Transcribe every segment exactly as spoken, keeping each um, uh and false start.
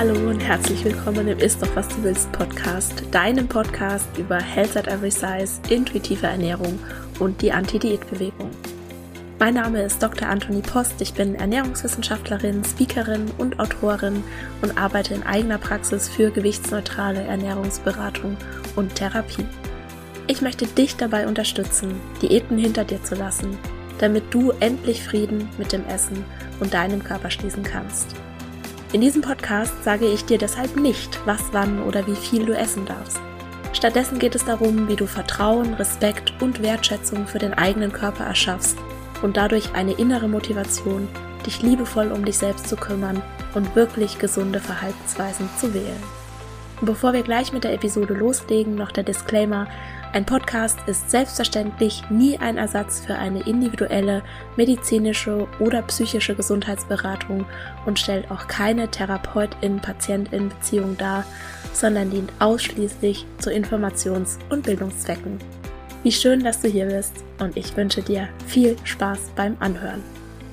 Hallo und herzlich willkommen im Ist doch was du willst Podcast, deinem Podcast über Health at Every Size, intuitive Ernährung und die Anti-Diät-Bewegung. Mein Name ist Doktor Antonie Post, ich bin Ernährungswissenschaftlerin, Speakerin und Autorin und arbeite in eigener Praxis für gewichtsneutrale Ernährungsberatung und Therapie. Ich möchte dich dabei unterstützen, Diäten hinter dir zu lassen, damit du endlich Frieden mit dem Essen und deinem Körper schließen kannst. In diesem Podcast sage ich dir deshalb nicht, was, wann oder wie viel du essen darfst. Stattdessen geht es darum, wie du Vertrauen, Respekt und Wertschätzung für den eigenen Körper erschaffst und dadurch eine innere Motivation, dich liebevoll um dich selbst zu kümmern und wirklich gesunde Verhaltensweisen zu wählen. Und bevor wir gleich mit der Episode loslegen, noch der Disclaimer: Ein Podcast ist selbstverständlich nie ein Ersatz für eine individuelle medizinische oder psychische Gesundheitsberatung und stellt auch keine Therapeutin-Patientin-Beziehung dar, sondern dient ausschließlich zu Informations- und Bildungszwecken. Wie schön, dass du hier bist und ich wünsche dir viel Spaß beim Anhören.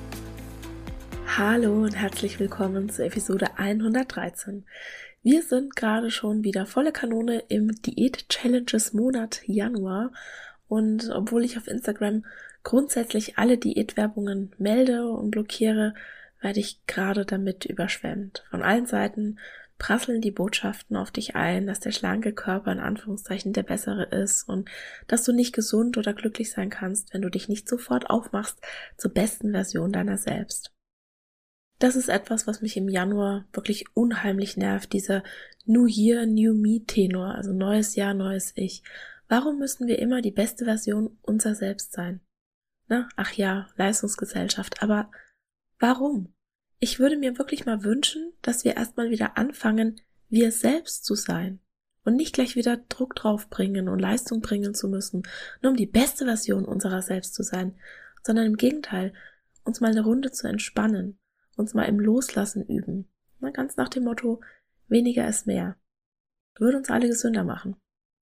Hallo und herzlich willkommen zur Episode hundertdreizehn. Wir sind gerade schon wieder volle Kanone im Diät-Challenges-Monat Januar und obwohl ich auf Instagram grundsätzlich alle Diätwerbungen melde und blockiere, werde ich gerade damit überschwemmt. Von allen Seiten prasseln die Botschaften auf dich ein, dass der schlanke Körper in Anführungszeichen der bessere ist und dass du nicht gesund oder glücklich sein kannst, wenn du dich nicht sofort aufmachst zur besten Version deiner selbst. Das ist etwas, was mich im Januar wirklich unheimlich nervt, dieser New Year, New Me Tenor, also neues Jahr, neues Ich. Warum müssen wir immer die beste Version unser Selbst sein? Na, ach ja, Leistungsgesellschaft, aber warum? Ich würde mir wirklich mal wünschen, dass wir erstmal wieder anfangen, wir selbst zu sein und nicht gleich wieder Druck draufbringen und Leistung bringen zu müssen, nur um die beste Version unserer selbst zu sein, sondern im Gegenteil, uns mal eine Runde zu entspannen, uns mal im Loslassen üben. Na, ganz nach dem Motto, weniger ist mehr. Würde uns alle gesünder machen.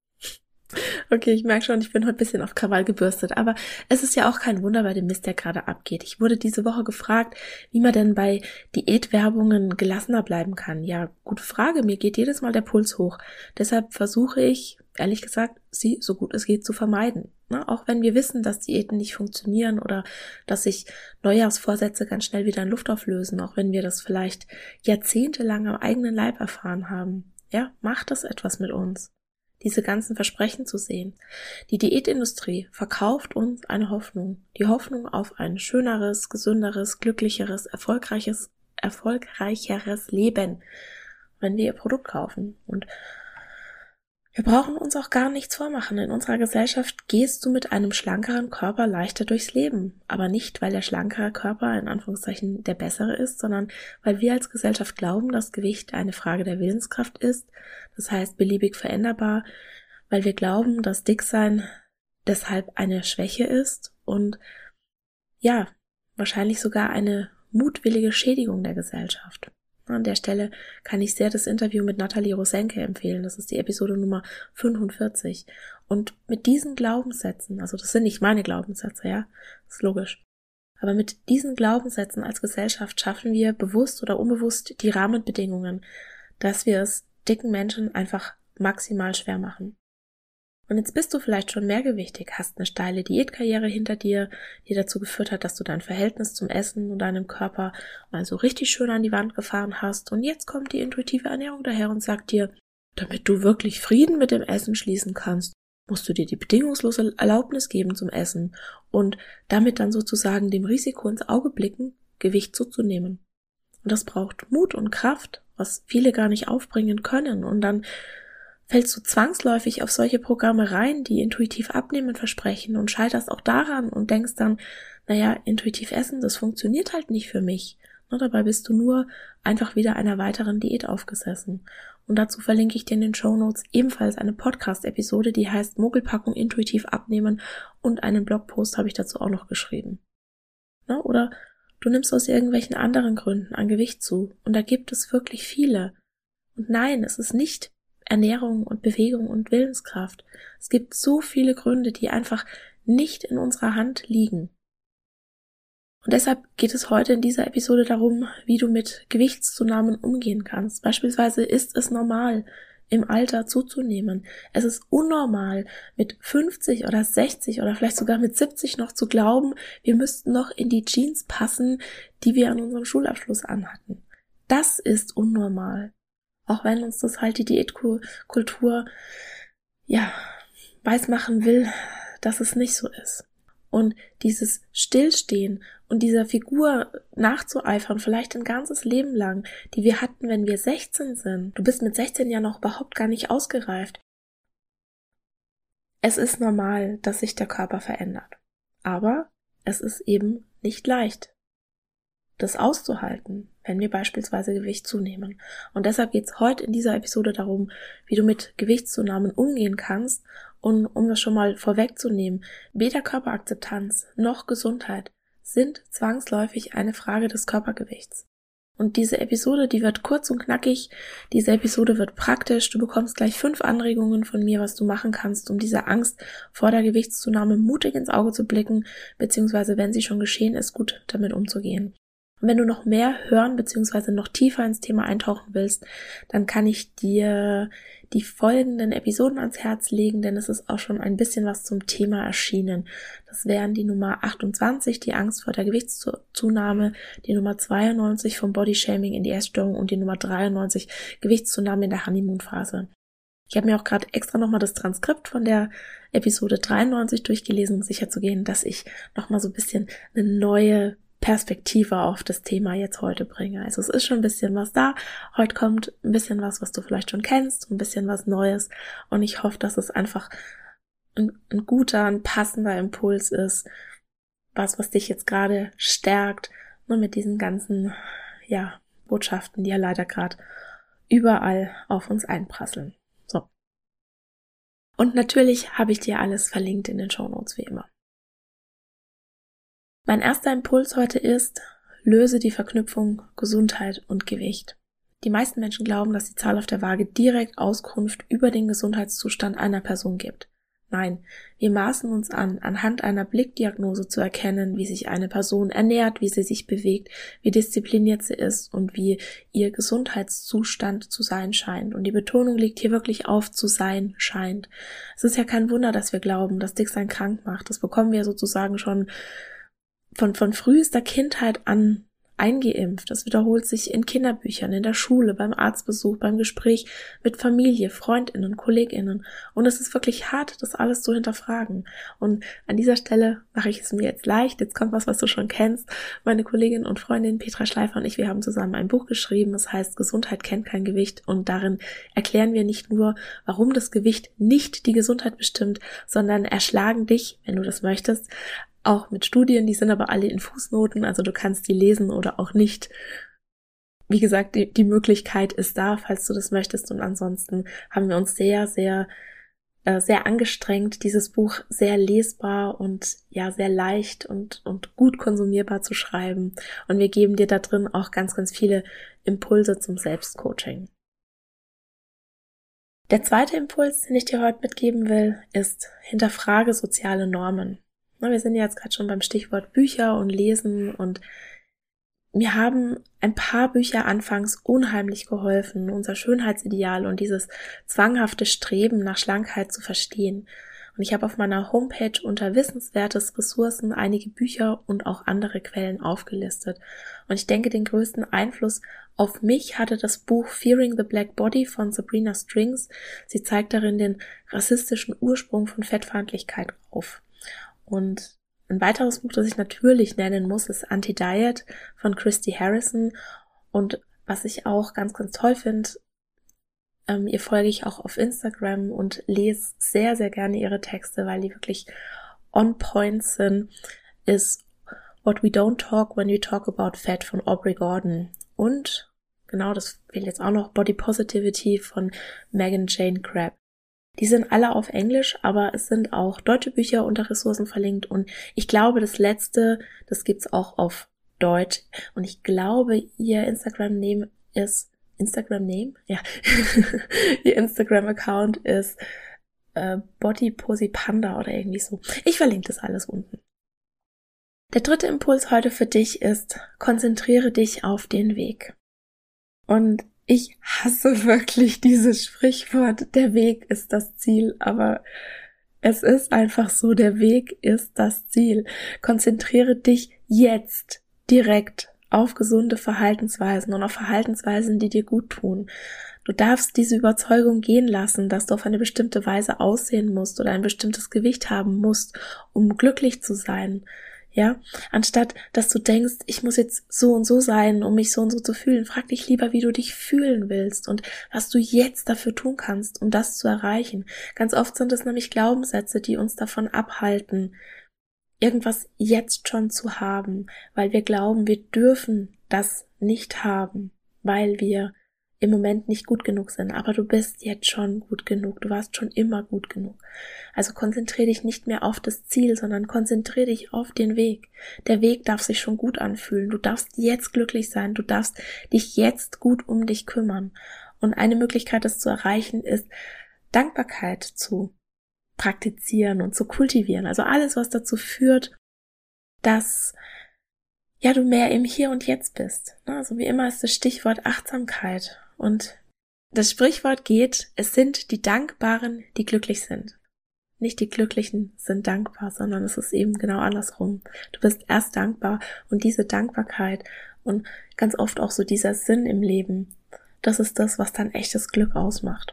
Okay, ich merke schon, ich bin heute ein bisschen auf Krawall gebürstet, aber es ist ja auch kein Wunder bei dem Mist, der gerade abgeht. Ich wurde diese Woche gefragt, wie man denn bei Diätwerbungen gelassener bleiben kann. Ja, gute Frage, mir geht jedes Mal der Puls hoch. Deshalb versuche ich, ehrlich gesagt, sie so gut es geht zu vermeiden. Na, auch wenn wir wissen, dass Diäten nicht funktionieren oder dass sich Neujahrsvorsätze ganz schnell wieder in Luft auflösen, auch wenn wir das vielleicht jahrzehntelang am eigenen Leib erfahren haben. Ja, macht das etwas mit uns, diese ganzen Versprechen zu sehen. Die Diätindustrie verkauft uns eine Hoffnung, die Hoffnung auf ein schöneres, gesünderes, glücklicheres, erfolgreiches, erfolgreicheres Leben, wenn wir ihr Produkt kaufen. Und wir brauchen uns auch gar nichts vormachen. In unserer Gesellschaft gehst du mit einem schlankeren Körper leichter durchs Leben. Aber nicht, weil der schlankere Körper in Anführungszeichen der bessere ist, sondern weil wir als Gesellschaft glauben, dass Gewicht eine Frage der Willenskraft ist. Das heißt beliebig veränderbar, weil wir glauben, dass Dicksein deshalb eine Schwäche ist und ja, wahrscheinlich sogar eine mutwillige Schädigung der Gesellschaft. An der Stelle kann ich sehr das Interview mit Nathalie Rosenke empfehlen. Das ist die Episode Nummer fünfundvierzig. Und mit diesen Glaubenssätzen, also das sind nicht meine Glaubenssätze, ja, das ist logisch. Aber mit diesen Glaubenssätzen als Gesellschaft schaffen wir bewusst oder unbewusst die Rahmenbedingungen, dass wir es dicken Menschen einfach maximal schwer machen. Und jetzt bist du vielleicht schon mehrgewichtig, hast eine steile Diätkarriere hinter dir, die dazu geführt hat, dass du dein Verhältnis zum Essen und deinem Körper mal so richtig schön an die Wand gefahren hast. Und jetzt kommt die intuitive Ernährung daher und sagt dir, damit du wirklich Frieden mit dem Essen schließen kannst, musst du dir die bedingungslose Erlaubnis geben zum Essen und damit dann sozusagen dem Risiko ins Auge blicken, Gewicht zuzunehmen. Und das braucht Mut und Kraft, was viele gar nicht aufbringen können. Und dann fällst du zwangsläufig auf solche Programme rein, die intuitiv abnehmen versprechen und scheiterst auch daran und denkst dann, naja, intuitiv essen, das funktioniert halt nicht für mich. Und dabei bist du nur einfach wieder einer weiteren Diät aufgesessen. Und dazu verlinke ich dir in den Shownotes ebenfalls eine Podcast-Episode, die heißt Mogelpackung intuitiv abnehmen und einen Blogpost habe ich dazu auch noch geschrieben. Na, oder du nimmst aus irgendwelchen anderen Gründen an Gewicht zu und da gibt es wirklich viele. Und nein, es ist nicht Ernährung und Bewegung und Willenskraft. Es gibt so viele Gründe, die einfach nicht in unserer Hand liegen. Und deshalb geht es heute in dieser Episode darum, wie du mit Gewichtszunahmen umgehen kannst. Beispielsweise ist es normal, im Alter zuzunehmen. Es ist unnormal, mit fünfzig oder sechzig oder vielleicht sogar mit siebzig noch zu glauben, wir müssten noch in die Jeans passen, die wir an unserem Schulabschluss anhatten. Das ist unnormal. Auch wenn uns das halt die Diätkultur, ja, weismachen will, dass es nicht so ist. Und dieses Stillstehen und dieser Figur nachzueifern, vielleicht ein ganzes Leben lang, die wir hatten, wenn wir sechzehn sind. Du bist mit sechzehn ja noch überhaupt gar nicht ausgereift. Es ist normal, dass sich der Körper verändert. Aber es ist eben nicht leicht, das auszuhalten, wenn wir beispielsweise Gewicht zunehmen. Und deshalb geht es heute in dieser Episode darum, wie du mit Gewichtszunahmen umgehen kannst. Und um das schon mal vorwegzunehmen, weder Körperakzeptanz noch Gesundheit sind zwangsläufig eine Frage des Körpergewichts. Und diese Episode, die wird kurz und knackig, diese Episode wird praktisch, du bekommst gleich fünf Anregungen von mir, was du machen kannst, um dieser Angst vor der Gewichtszunahme mutig ins Auge zu blicken, beziehungsweise wenn sie schon geschehen ist, gut damit umzugehen. Und wenn du noch mehr hören bzw. noch tiefer ins Thema eintauchen willst, dann kann ich dir die folgenden Episoden ans Herz legen, denn es ist auch schon ein bisschen was zum Thema erschienen. Das wären die Nummer achtundzwanzig, die Angst vor der Gewichtszunahme, die Nummer zweiundneunzig vom Bodyshaming in die Essstörung und die Nummer dreiundneunzig Gewichtszunahme in der Honeymoon-Phase. Ich habe mir auch gerade extra nochmal das Transkript von der Episode dreiundneunzig durchgelesen, um sicherzugehen, dass ich nochmal so ein bisschen eine neue Perspektive auf das Thema jetzt heute bringe. Also es ist schon ein bisschen was da. Heute kommt ein bisschen was, was du vielleicht schon kennst, ein bisschen was Neues. Und ich hoffe, dass es einfach ein, ein guter, ein passender Impuls ist. Was, was dich jetzt gerade stärkt. Nur mit diesen ganzen, ja, Botschaften, die ja leider gerade überall auf uns einprasseln. So. Und natürlich habe ich dir alles verlinkt in den Shownotes, wie immer. Mein erster Impuls heute ist, löse die Verknüpfung Gesundheit und Gewicht. Die meisten Menschen glauben, dass die Zahl auf der Waage direkt Auskunft über den Gesundheitszustand einer Person gibt. Nein, wir maßen uns an, anhand einer Blickdiagnose zu erkennen, wie sich eine Person ernährt, wie sie sich bewegt, wie diszipliniert sie ist und wie ihr Gesundheitszustand zu sein scheint. Und die Betonung liegt hier wirklich auf zu sein scheint. Es ist ja kein Wunder, dass wir glauben, dass Dicksein krank macht. Das bekommen wir sozusagen schon von, von frühester Kindheit an eingeimpft. Das wiederholt sich in Kinderbüchern, in der Schule, beim Arztbesuch, beim Gespräch mit Familie, FreundInnen, KollegInnen. Und es ist wirklich hart, das alles zu hinterfragen. Und an dieser Stelle mache ich es mir jetzt leicht. Jetzt kommt was, was du schon kennst. Meine Kollegin und Freundin Petra Schleifer und ich, wir haben zusammen ein Buch geschrieben. Das heißt, Gesundheit kennt kein Gewicht. Und darin erklären wir nicht nur, warum das Gewicht nicht die Gesundheit bestimmt, sondern erschlagen dich, wenn du das möchtest, auch mit Studien, die sind aber alle in Fußnoten, also du kannst die lesen oder auch nicht. Wie gesagt, die, die Möglichkeit ist da, falls du das möchtest. Und ansonsten haben wir uns sehr, sehr, äh, sehr angestrengt, dieses Buch sehr lesbar und ja sehr leicht und und gut konsumierbar zu schreiben. Und wir geben dir da drin auch ganz, ganz viele Impulse zum Selbstcoaching. Der zweite Impuls, den ich dir heute mitgeben will, ist: hinterfrage soziale Normen. Wir sind ja jetzt gerade schon beim Stichwort Bücher und Lesen und mir haben ein paar Bücher anfangs unheimlich geholfen, unser Schönheitsideal und dieses zwanghafte Streben nach Schlankheit zu verstehen. Und ich habe auf meiner Homepage unter Wissenswertes Ressourcen einige Bücher und auch andere Quellen aufgelistet. Und ich denke, den größten Einfluss auf mich hatte das Buch Fearing the Black Body von Sabrina Strings. Sie zeigt darin den rassistischen Ursprung von Fettfeindlichkeit auf. Und ein weiteres Buch, das ich natürlich nennen muss, ist Anti-Diet von Christy Harrison. Und was ich auch ganz, ganz toll finde, ähm, ihr folge ich auch auf Instagram und lese sehr, sehr gerne ihre Texte, weil die wirklich on point sind, ist What We Don't Talk When We Talk About Fat von Aubrey Gordon. Und, genau, das fehlt jetzt auch noch, Body Positivity von Megan Jane Crabb. Die sind alle auf Englisch, aber es sind auch deutsche Bücher unter Ressourcen verlinkt und ich glaube, das letzte, das gibt's auch auf Deutsch und ich glaube, ihr Instagram-Name ist, Instagram-Name? Ja, ihr Instagram-Account ist äh, Body Posi Panda oder irgendwie so. Ich verlinke das alles unten. Der dritte Impuls heute für dich ist, konzentriere dich auf den Weg. Und ich hasse wirklich dieses Sprichwort, der Weg ist das Ziel, aber es ist einfach so, der Weg ist das Ziel. Konzentriere dich jetzt direkt auf gesunde Verhaltensweisen und auf Verhaltensweisen, die dir gut tun. Du darfst diese Überzeugung gehen lassen, dass du auf eine bestimmte Weise aussehen musst oder ein bestimmtes Gewicht haben musst, um glücklich zu sein. Ja, anstatt, dass du denkst, ich muss jetzt so und so sein, um mich so und so zu fühlen, frag dich lieber, wie du dich fühlen willst und was du jetzt dafür tun kannst, um das zu erreichen. Ganz oft sind es nämlich Glaubenssätze, die uns davon abhalten, irgendwas jetzt schon zu haben, weil wir glauben, wir dürfen das nicht haben, weil wir im Moment nicht gut genug sind, aber du bist jetzt schon gut genug, du warst schon immer gut genug. Also konzentriere dich nicht mehr auf das Ziel, sondern konzentriere dich auf den Weg. Der Weg darf sich schon gut anfühlen, du darfst jetzt glücklich sein, du darfst dich jetzt gut um dich kümmern. Und eine Möglichkeit, das zu erreichen, ist, Dankbarkeit zu praktizieren und zu kultivieren. Also alles, was dazu führt, dass ja du mehr im Hier und Jetzt bist. Also wie immer ist das Stichwort Achtsamkeit. Und das Sprichwort geht, es sind die Dankbaren, die glücklich sind. Nicht die Glücklichen sind dankbar, sondern es ist eben genau andersrum. Du bist erst dankbar und diese Dankbarkeit und ganz oft auch so dieser Sinn im Leben, das ist das, was dann echtes Glück ausmacht.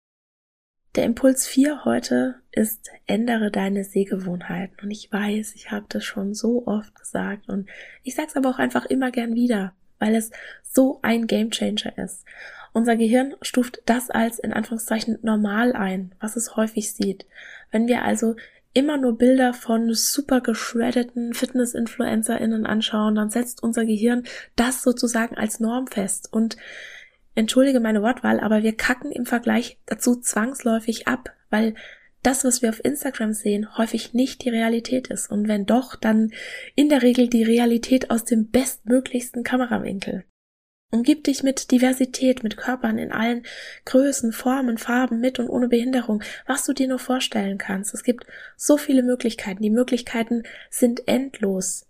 Der Impuls vier heute ist, ändere deine Sehgewohnheiten. Und ich weiß, ich habe das schon so oft gesagt und ich sage es aber auch einfach immer gern wieder, weil es so ein Gamechanger ist. Unser Gehirn stuft das als in Anführungszeichen normal ein, was es häufig sieht. Wenn wir also immer nur Bilder von super geschreddeten Fitness-InfluencerInnen anschauen, dann setzt unser Gehirn das sozusagen als Norm fest und entschuldige meine Wortwahl, aber wir kacken im Vergleich dazu zwangsläufig ab, weil das, was wir auf Instagram sehen, häufig nicht die Realität ist. Und wenn doch, dann in der Regel die Realität aus dem bestmöglichsten Kamerawinkel. Umgib dich mit Diversität, mit Körpern in allen Größen, Formen, Farben, mit und ohne Behinderung, was du dir nur vorstellen kannst. Es gibt so viele Möglichkeiten. Die Möglichkeiten sind endlos.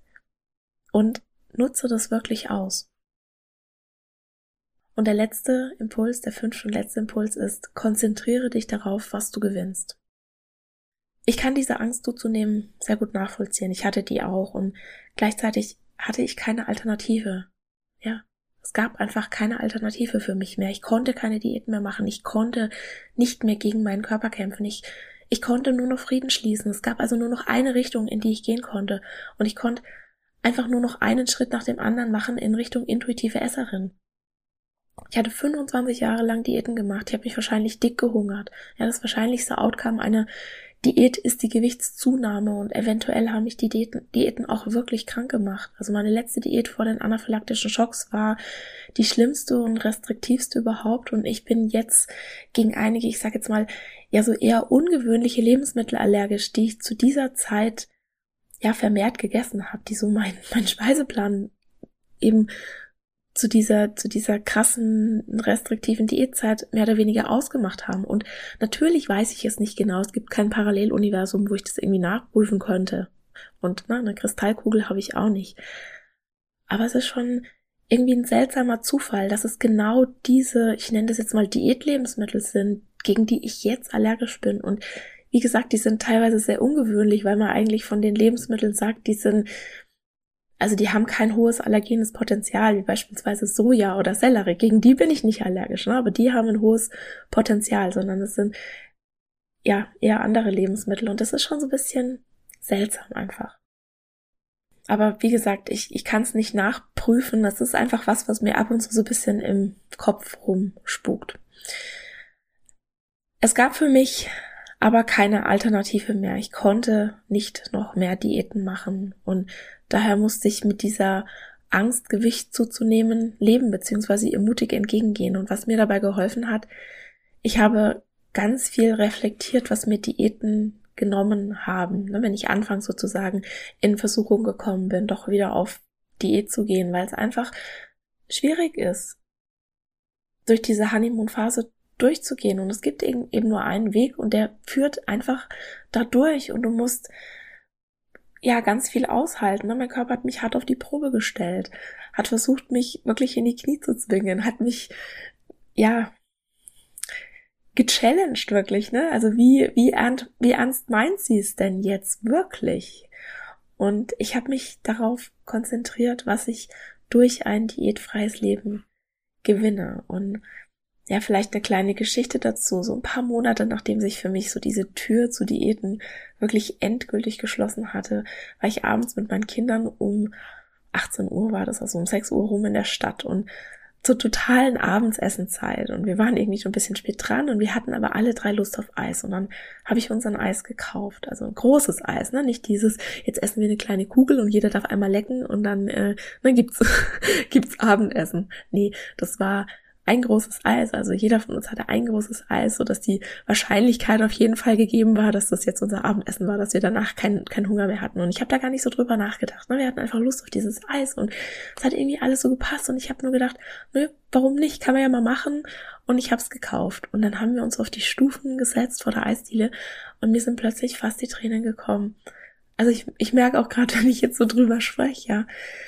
Und nutze das wirklich aus. Und der letzte Impuls, der fünfte und letzte Impuls ist, konzentriere dich darauf, was du gewinnst. Ich kann diese Angst zuzunehmen sehr gut nachvollziehen. Ich hatte die auch und gleichzeitig hatte ich keine Alternative. Ja, es gab einfach keine Alternative für mich mehr. Ich konnte keine Diäten mehr machen. Ich konnte nicht mehr gegen meinen Körper kämpfen. Ich, ich konnte nur noch Frieden schließen. Es gab also nur noch eine Richtung, in die ich gehen konnte. Und ich konnte einfach nur noch einen Schritt nach dem anderen machen in Richtung intuitive Esserin. Ich hatte fünfundzwanzig Jahre lang Diäten gemacht. Ich habe mich wahrscheinlich dick gehungert. Ja, das wahrscheinlichste Outcome einer Diät ist die Gewichtszunahme und eventuell haben mich die Diäten, Diäten auch wirklich krank gemacht. Also meine letzte Diät vor den anaphylaktischen Schocks war die schlimmste und restriktivste überhaupt und ich bin jetzt gegen einige, ich sage jetzt mal, ja so eher ungewöhnliche Lebensmittel allergisch, die ich zu dieser Zeit ja vermehrt gegessen habe, die so mein, mein Speiseplan eben zu dieser, zu dieser krassen, restriktiven Diätzeit mehr oder weniger ausgemacht haben. Und natürlich weiß ich es nicht genau. Es gibt kein Paralleluniversum, wo ich das irgendwie nachprüfen könnte. Und na, eine Kristallkugel habe ich auch nicht. Aber es ist schon irgendwie ein seltsamer Zufall, dass es genau diese, ich nenne das jetzt mal Diätlebensmittel sind, gegen die ich jetzt allergisch bin. Und wie gesagt, die sind teilweise sehr ungewöhnlich, weil man eigentlich von den Lebensmitteln sagt, die sind Also die haben kein hohes allergenes Potenzial, wie beispielsweise Soja oder Sellerie. Gegen die bin ich nicht allergisch, ne? Aber die haben ein hohes Potenzial, sondern es sind ja eher andere Lebensmittel. Und das ist schon so ein bisschen seltsam einfach. Aber wie gesagt, ich, ich kann es nicht nachprüfen. Das ist einfach was, was mir ab und zu so ein bisschen im Kopf rumspukt. Es gab für mich aber keine Alternative mehr. Ich konnte nicht noch mehr Diäten machen und daher musste ich mit dieser Angst, Gewicht zuzunehmen, leben bzw. ihr mutig entgegengehen. Und was mir dabei geholfen hat, ich habe ganz viel reflektiert, was mir Diäten genommen haben. Wenn ich anfangs sozusagen in Versuchung gekommen bin, doch wieder auf Diät zu gehen, weil es einfach schwierig ist, durch diese Honeymoon-Phase durchzugehen. Und es gibt eben nur einen Weg und der führt einfach da durch und du musst ja, ganz viel aushalten. Ne? Mein Körper hat mich hart auf die Probe gestellt, hat versucht, mich wirklich in die Knie zu zwingen, hat mich, ja, gechallenged wirklich, ne? Also wie, wie ernst, wie ernst meint sie es denn jetzt wirklich? Und ich habe mich darauf konzentriert, was ich durch ein diätfreies Leben gewinne. Und ja, vielleicht eine kleine Geschichte dazu. So ein paar Monate, nachdem sich für mich so diese Tür zu Diäten wirklich endgültig geschlossen hatte, war ich abends mit meinen Kindern um achtzehn Uhr war das, also um sechs Uhr rum in der Stadt und zur totalen Abendsessenzeit. Und wir waren irgendwie schon ein bisschen spät dran und wir hatten aber alle drei Lust auf Eis. Und dann habe ich uns ein Eis gekauft. Also ein großes Eis, ne? Nicht dieses, jetzt essen wir eine kleine Kugel und jeder darf einmal lecken und dann, äh, dann gibt's, gibt's Abendessen. Nee, das war ein großes Eis, also jeder von uns hatte ein großes Eis, so dass die Wahrscheinlichkeit auf jeden Fall gegeben war, dass das jetzt unser Abendessen war, dass wir danach keinen keinen Hunger mehr hatten. Und ich habe da gar nicht so drüber nachgedacht. Ne? Wir hatten einfach Lust auf dieses Eis und es hat irgendwie alles so gepasst und ich habe nur gedacht, ne, warum nicht? Kann man ja mal machen. Und ich habe es gekauft. Und dann haben wir uns auf die Stufen gesetzt vor der Eisdiele und mir sind plötzlich fast die Tränen gekommen. Also ich, ich merke auch gerade, wenn ich jetzt so drüber spreche, ja,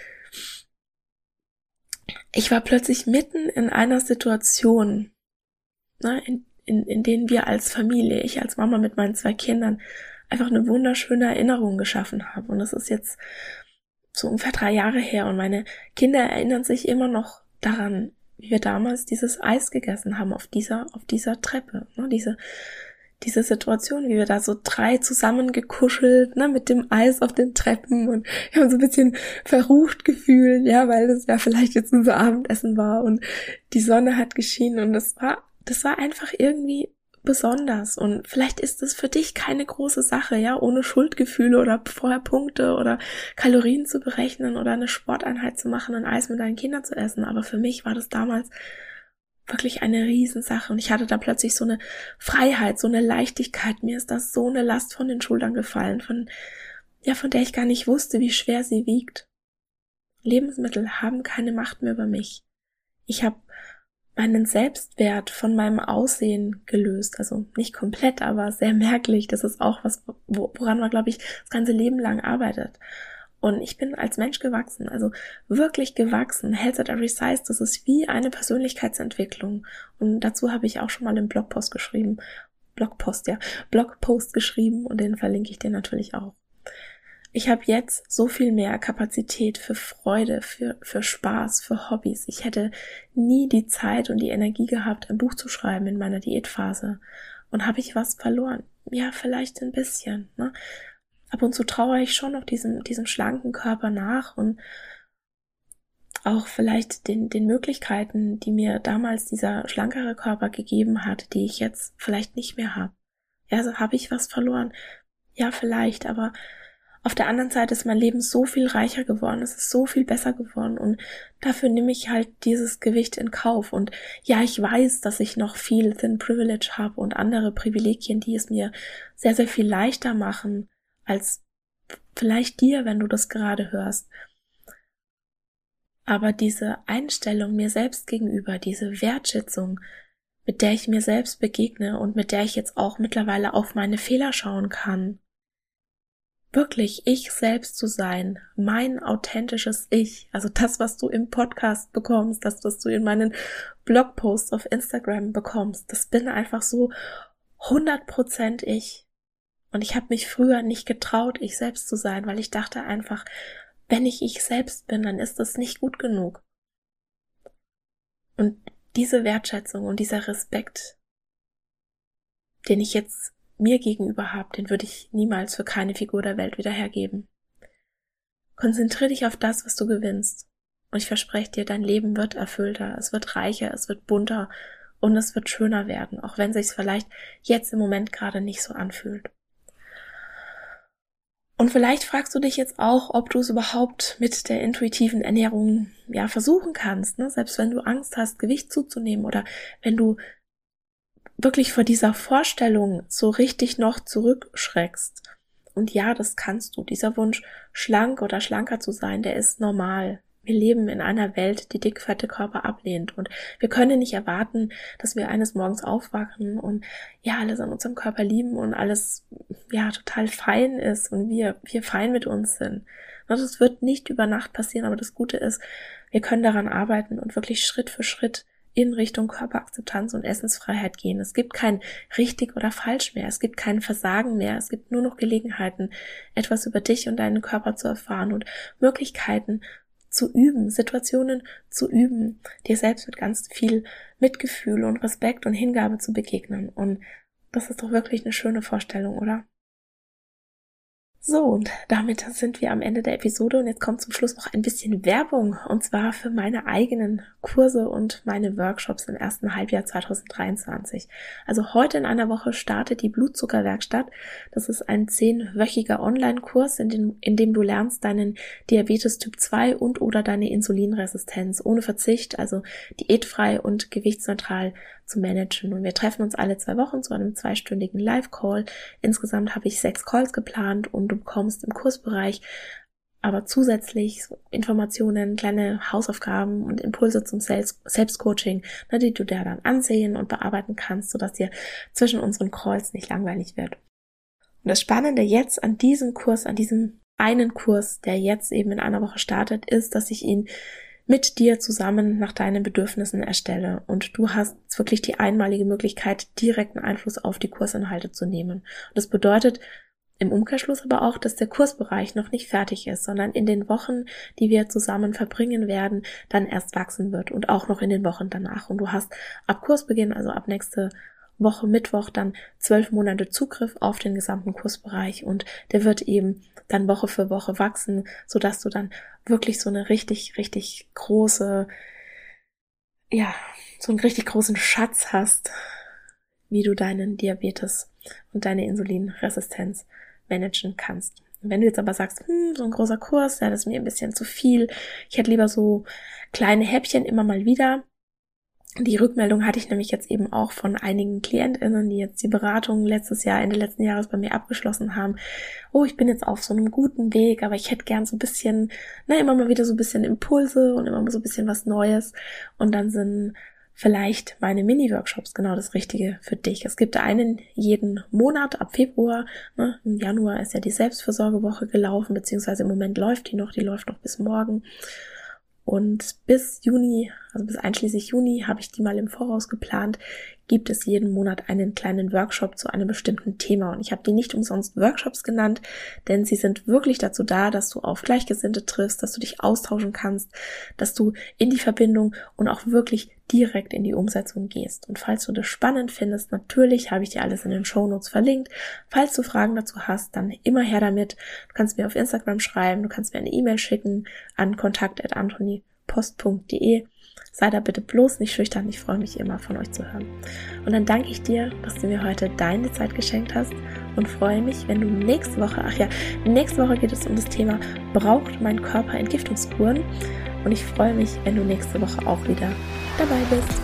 ich war plötzlich mitten in einer Situation, ne, in, in, in denen wir als Familie, ich als Mama mit meinen zwei Kindern, einfach eine wunderschöne Erinnerung geschaffen haben. Und das ist jetzt so ungefähr drei Jahre her. Und meine Kinder erinnern sich immer noch daran, wie wir damals dieses Eis gegessen haben auf dieser, auf dieser Treppe, ne, diese diese Situation, wie wir da so drei zusammengekuschelt, ne, mit dem Eis auf den Treppen und wir haben so ein bisschen verrucht gefühlt, ja, weil das ja vielleicht jetzt unser Abendessen war und die Sonne hat geschienen und das war, das war einfach irgendwie besonders und vielleicht ist das für dich keine große Sache, ja, ohne Schuldgefühle oder vorher Punkte oder Kalorien zu berechnen oder eine Sporteinheit zu machen, ein Eis mit deinen Kindern zu essen, aber für mich war das damals wirklich eine Riesensache und ich hatte da plötzlich so eine Freiheit, so eine Leichtigkeit. Mir ist das so eine Last von den Schultern gefallen, von, ja, von der ich gar nicht wusste, wie schwer sie wiegt. Lebensmittel haben keine Macht mehr über mich. Ich habe meinen Selbstwert von meinem Aussehen gelöst, also nicht komplett, aber sehr merklich. Das ist auch was, woran man, glaube ich, das ganze Leben lang arbeitet. Und ich bin als Mensch gewachsen, also wirklich gewachsen. Health at Every Size, das ist wie eine Persönlichkeitsentwicklung. Und dazu habe ich auch schon mal einen Blogpost geschrieben. Blogpost, ja. Blogpost geschrieben und den verlinke ich dir natürlich auch. Ich habe jetzt so viel mehr Kapazität für Freude, für, für Spaß, für Hobbys. Ich hätte nie die Zeit und die Energie gehabt, ein Buch zu schreiben in meiner Diätphase. Und habe ich was verloren? Ja, vielleicht ein bisschen, ne? Ab und zu trauere ich schon noch diesem, diesem schlanken Körper nach und auch vielleicht den, den Möglichkeiten, die mir damals dieser schlankere Körper gegeben hat, die ich jetzt vielleicht nicht mehr habe. Ja, also habe ich was verloren? Ja, vielleicht, aber auf der anderen Seite ist mein Leben so viel reicher geworden, es ist so viel besser geworden und dafür nehme ich halt dieses Gewicht in Kauf. Und ja, ich weiß, dass ich noch viel Thin Privilege habe und andere Privilegien, die es mir sehr, sehr viel leichter machen, als vielleicht dir, wenn du das gerade hörst. Aber diese Einstellung mir selbst gegenüber, diese Wertschätzung, mit der ich mir selbst begegne und mit der ich jetzt auch mittlerweile auf meine Fehler schauen kann, wirklich ich selbst zu sein, mein authentisches Ich, also das, was du im Podcast bekommst, das, was du in meinen Blogposts auf Instagram bekommst, das bin einfach so hundert Prozent ich. Und ich habe mich früher nicht getraut, ich selbst zu sein, weil ich dachte einfach, wenn ich ich selbst bin, dann ist das nicht gut genug. Und diese Wertschätzung und dieser Respekt, den ich jetzt mir gegenüber habe, den würde ich niemals für keine Figur der Welt wieder hergeben. Konzentriere dich auf das, was du gewinnst. Und ich verspreche dir, dein Leben wird erfüllter, es wird reicher, es wird bunter und es wird schöner werden, auch wenn es sich vielleicht jetzt im Moment gerade nicht so anfühlt. Und vielleicht fragst du dich jetzt auch, ob du es überhaupt mit der intuitiven Ernährung ja versuchen kannst, ne? Selbst wenn du Angst hast, Gewicht zuzunehmen oder wenn du wirklich vor dieser Vorstellung so richtig noch zurückschreckst. Und ja, das kannst du. Dieser Wunsch, schlank oder schlanker zu sein, der ist normal. Wir leben in einer Welt, die dickfette Körper ablehnt und wir können nicht erwarten, dass wir eines Morgens aufwachen und ja, alles an unserem Körper lieben und alles ja total fein ist und wir, wir fein mit uns sind. Und das wird nicht über Nacht passieren, aber das Gute ist, wir können daran arbeiten und wirklich Schritt für Schritt in Richtung Körperakzeptanz und Essensfreiheit gehen. Es gibt kein richtig oder falsch mehr, es gibt kein Versagen mehr, es gibt nur noch Gelegenheiten, etwas über dich und deinen Körper zu erfahren und Möglichkeiten zu üben, Situationen zu üben, dir selbst mit ganz viel Mitgefühl und Respekt und Hingabe zu begegnen. Und das ist doch wirklich eine schöne Vorstellung, oder? So, und damit sind wir am Ende der Episode und jetzt kommt zum Schluss noch ein bisschen Werbung und zwar für meine eigenen Kurse und meine Workshops im ersten Halbjahr zwanzig dreiundzwanzig. Also heute in einer Woche startet die Blutzuckerwerkstatt. Das ist ein zehnwöchiger Online-Kurs, in dem, in dem du lernst, deinen Diabetes Typ zwei und oder deine Insulinresistenz ohne Verzicht, also diätfrei und gewichtsneutral zu managen. Und wir treffen uns alle zwei Wochen zu einem zweistündigen Live-Call. Insgesamt habe ich sechs Calls geplant und du bekommst im Kursbereich aber zusätzlich Informationen, kleine Hausaufgaben und Impulse zum Selbstcoaching, ne, die du dir dann ansehen und bearbeiten kannst, sodass dir zwischen unseren Calls nicht langweilig wird. Und das Spannende jetzt an diesem Kurs, an diesem einen Kurs, der jetzt eben in einer Woche startet, ist, dass ich ihn mit dir zusammen nach deinen Bedürfnissen erstelle und du hast wirklich die einmalige Möglichkeit, direkten Einfluss auf die Kursinhalte zu nehmen. Und das bedeutet im Umkehrschluss aber auch, dass der Kursbereich noch nicht fertig ist, sondern in den Wochen, die wir zusammen verbringen werden, dann erst wachsen wird und auch noch in den Wochen danach. Und du hast ab Kursbeginn, also ab nächste Woche Mittwoch, dann zwölf Monate Zugriff auf den gesamten Kursbereich und der wird eben dann Woche für Woche wachsen, sodass du dann wirklich so eine richtig, richtig große, ja, so einen richtig großen Schatz hast, wie du deinen Diabetes und deine Insulinresistenz managen kannst. Und wenn du jetzt aber sagst, hm, so ein großer Kurs, ja, das ist mir ein bisschen zu viel, ich hätte lieber so kleine Häppchen immer mal wieder. Die Rückmeldung hatte ich nämlich jetzt eben auch von einigen KlientInnen, die jetzt die Beratung letztes Jahr, Ende letzten Jahres bei mir abgeschlossen haben. Oh, ich bin jetzt auf so einem guten Weg, aber ich hätte gern so ein bisschen, na, immer mal wieder so ein bisschen Impulse und immer mal so ein bisschen was Neues. Und dann sind vielleicht meine Mini-Workshops genau das Richtige für dich. Es gibt einen jeden Monat ab Februar. Ne? Im Januar ist ja die Selbstfürsorgewoche gelaufen, beziehungsweise im Moment läuft die noch, die läuft noch bis morgen. Und bis Juni, also bis einschließlich Juni, habe ich die mal im Voraus geplant, gibt es jeden Monat einen kleinen Workshop zu einem bestimmten Thema. Und ich habe die nicht umsonst Workshops genannt, denn sie sind wirklich dazu da, dass du auf Gleichgesinnte triffst, dass du dich austauschen kannst, dass du in die Verbindung und auch wirklich direkt in die Umsetzung gehst. Und falls du das spannend findest, natürlich habe ich dir alles in den Shownotes verlinkt. Falls du Fragen dazu hast, dann immer her damit. Du kannst mir auf Instagram schreiben, du kannst mir eine E-Mail schicken an kontakt at antonipost punkt de. Sei da bitte bloß nicht schüchtern, ich freue mich immer, von euch zu hören. Und dann danke ich dir, dass du mir heute deine Zeit geschenkt hast und freue mich, wenn du nächste Woche, ach ja, nächste Woche geht es um das Thema, braucht mein Körper Entgiftungskuren? Und ich freue mich, wenn du nächste Woche auch wieder dabei bist.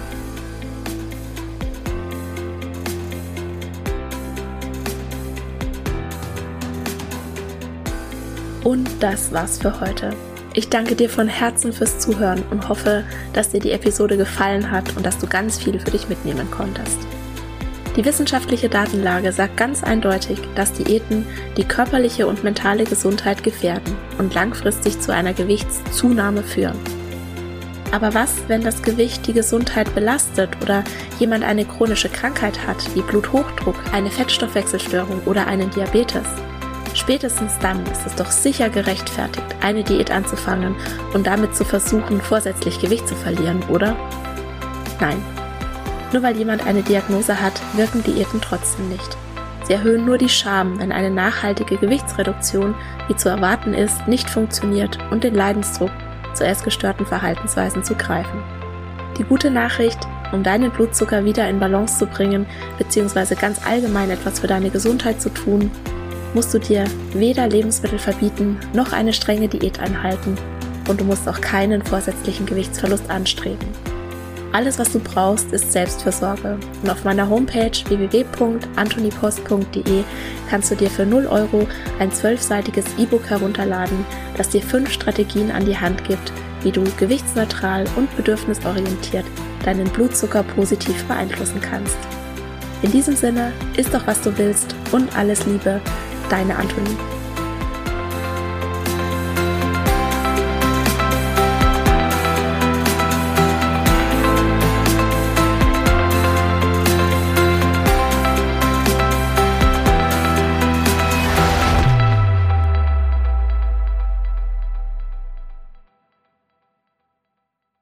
Und das war's für heute. Ich danke dir von Herzen fürs Zuhören und hoffe, dass dir die Episode gefallen hat und dass du ganz viel für dich mitnehmen konntest. Die wissenschaftliche Datenlage sagt ganz eindeutig, dass Diäten die körperliche und mentale Gesundheit gefährden und langfristig zu einer Gewichtszunahme führen. Aber was, wenn das Gewicht die Gesundheit belastet oder jemand eine chronische Krankheit hat, wie Bluthochdruck, eine Fettstoffwechselstörung oder einen Diabetes? Spätestens dann ist es doch sicher gerechtfertigt, eine Diät anzufangen und damit zu versuchen, vorsätzlich Gewicht zu verlieren, oder? Nein. Nur weil jemand eine Diagnose hat, wirken Diäten trotzdem nicht. Sie erhöhen nur die Scham, wenn eine nachhaltige Gewichtsreduktion, wie zu erwarten ist, nicht funktioniert und den Leidensdruck zu essgestörten Verhaltensweisen zu greifen. Die gute Nachricht, um deinen Blutzucker wieder in Balance zu bringen, beziehungsweise ganz allgemein etwas für deine Gesundheit zu tun, musst du dir weder Lebensmittel verbieten, noch eine strenge Diät einhalten und du musst auch keinen vorsätzlichen Gewichtsverlust anstreben. Alles, was du brauchst, ist Selbstfürsorge und auf meiner Homepage w w w punkt antonipost punkt de kannst du dir für null Euro ein zwölfseitiges E-Book herunterladen, das dir fünf Strategien an die Hand gibt, wie wie du gewichtsneutral und bedürfnisorientiert deinen Blutzucker positiv beeinflussen kannst. In diesem Sinne, iss doch was du willst und alles Liebe, deine Antonie.